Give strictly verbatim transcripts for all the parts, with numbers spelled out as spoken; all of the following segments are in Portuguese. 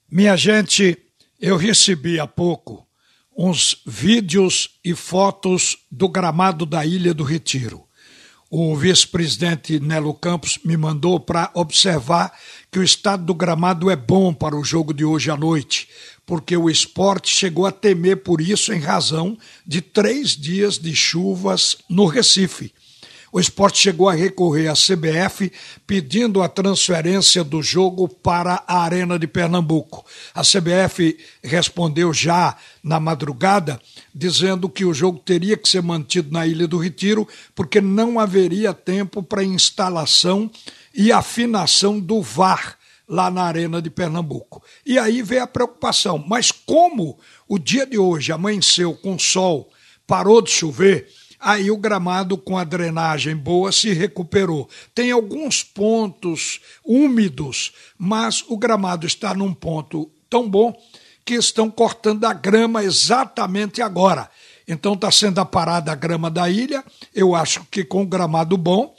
Minha gente, eu recebi há pouco uns vídeos e fotos do gramado da Ilha do Retiro. O vice-presidente Nelo Campos me mandou para observar que o estado do gramado é bom para o jogo de hoje à noite, porque o Sport chegou a temer por isso em razão de três dias de chuvas no Recife. O Sport chegou a recorrer à C B F pedindo a transferência do jogo para a Arena de Pernambuco. A C B F respondeu já na madrugada, dizendo que o jogo teria que ser mantido na Ilha do Retiro, porque não haveria tempo para instalação e afinação do V A R lá na Arena de Pernambuco. E aí veio a preocupação, mas como o dia de hoje amanheceu com sol, parou de chover, aí o gramado com a drenagem boa se recuperou. Tem alguns pontos úmidos, mas o gramado está num ponto tão bom que estão cortando a grama exatamente agora. Então está sendo aparada a grama da ilha, eu acho que com o gramado bom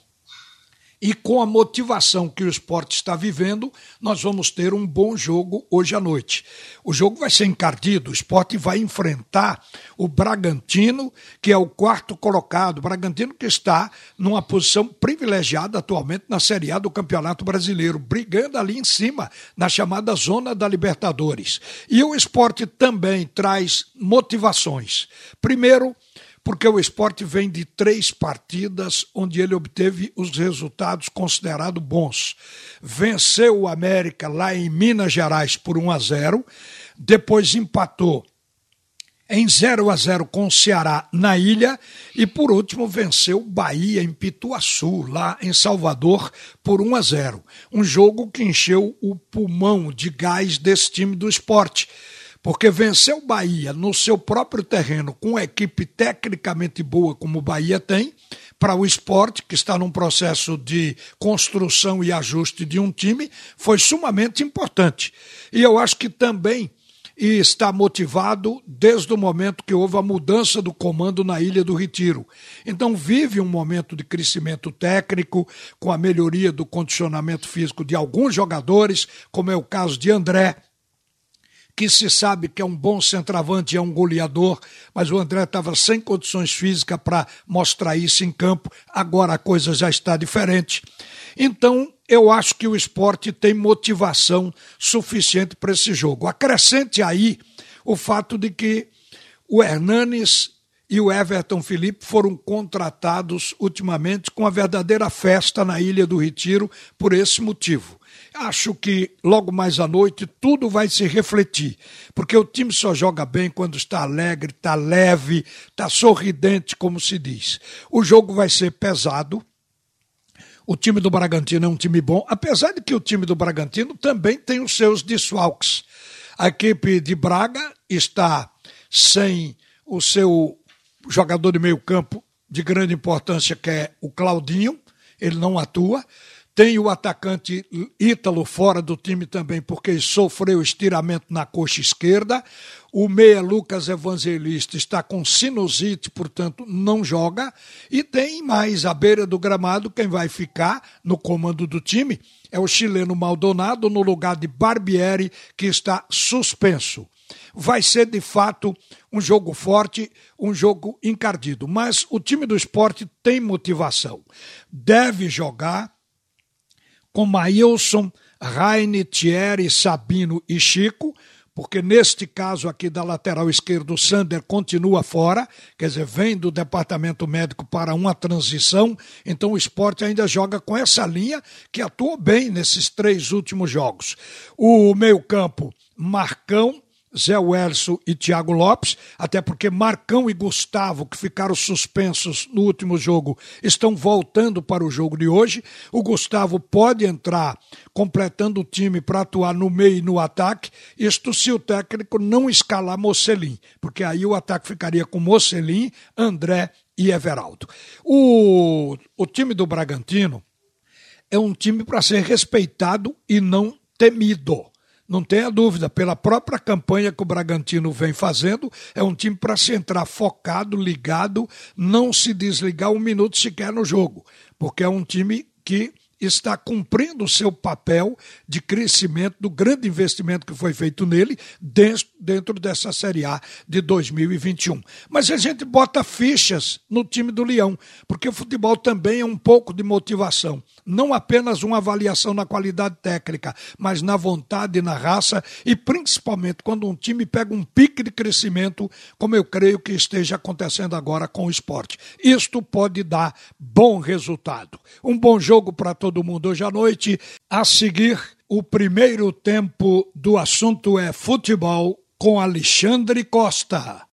e com a motivação que o Sport está vivendo, nós vamos ter um bom jogo hoje à noite. O jogo vai ser encardido, o Sport vai enfrentar o Bragantino, que é o quarto colocado, o Bragantino que está numa posição privilegiada atualmente na Série A do Campeonato Brasileiro, brigando ali em cima, na chamada Zona da Libertadores. E o Sport também traz motivações. Primeiro, porque o Sport vem de três partidas onde ele obteve os resultados considerados bons. Venceu o América lá em Minas Gerais por um a zero, depois empatou em zero a zero com o Ceará na ilha e, por último, venceu o Bahia em Pituaçu, lá em Salvador, por um a zero. Um jogo que encheu o pulmão de gás desse time do Sport, porque venceu o Bahia no seu próprio terreno, com uma equipe tecnicamente boa como o Bahia tem, para o Sport, que está num processo de construção e ajuste de um time, foi sumamente importante. E eu acho que também está motivado desde o momento que houve a mudança do comando na Ilha do Retiro. Então vive um momento de crescimento técnico, com a melhoria do condicionamento físico de alguns jogadores, como é o caso de André, que se sabe que é um bom centroavante e é um goleador, mas o André estava sem condições físicas para mostrar isso em campo, agora a coisa já está diferente. Então, eu acho que o Sport tem motivação suficiente para esse jogo. Acrescente aí o fato de que o Hernanes e o Everton Felipe foram contratados ultimamente com a verdadeira festa na Ilha do Retiro por esse motivo. Acho que logo mais à noite tudo vai se refletir, porque o time só joga bem quando está alegre, está leve, está sorridente, como se diz. O jogo vai ser pesado. O time do Bragantino é um time bom, apesar de que o time do Bragantino também tem os seus desfalques. A equipe de Braga está sem o seu jogador de meio campo de grande importância, que é o Claudinho, ele não atua. Tem o atacante Ítalo fora do time também, porque sofreu estiramento na coxa esquerda. O meia Lucas Evangelista está com sinusite, portanto não joga. E tem mais, à beira do gramado, quem vai ficar no comando do time é o chileno Maldonado, no lugar de Barbieri, que está suspenso. Vai ser, de fato, um jogo forte, um jogo encardido. Mas o time do Sport tem motivação. Deve jogar com Maílson, Raine, Thierry, Sabino e Chico, porque neste caso aqui da lateral esquerda o Sander continua fora, quer dizer, vem do departamento médico para uma transição, então o Sport ainda joga com essa linha que atuou bem nesses três últimos jogos. O meio-campo, Marcão, Zé Welso e Thiago Lopes, até porque Marcão e Gustavo, que ficaram suspensos no último jogo, estão voltando para o jogo de hoje. O Gustavo pode entrar completando o time para atuar no meio e no ataque, isto se o técnico não escalar Mocelin, porque aí o ataque ficaria com Mocelin, André e Everaldo. O, o time do Bragantino é um time para ser respeitado e não temido. Não tenha dúvida, pela própria campanha que o Bragantino vem fazendo, é um time para se entrar focado, ligado, não se desligar um minuto sequer no jogo, porque é um time que está cumprindo o seu papel de crescimento do grande investimento que foi feito nele dentro, dentro dessa Série A de dois mil e vinte e um. Mas a gente bota fichas no time do Leão, porque o futebol também é um pouco de motivação. Não apenas uma avaliação na qualidade técnica, mas na vontade e na raça, e principalmente quando um time pega um pique de crescimento, como eu creio que esteja acontecendo agora com o Sport. Isto pode dar bom resultado. Um bom jogo para todo mundo hoje à noite. A seguir, o primeiro tempo do assunto é futebol com Alexandre Costa.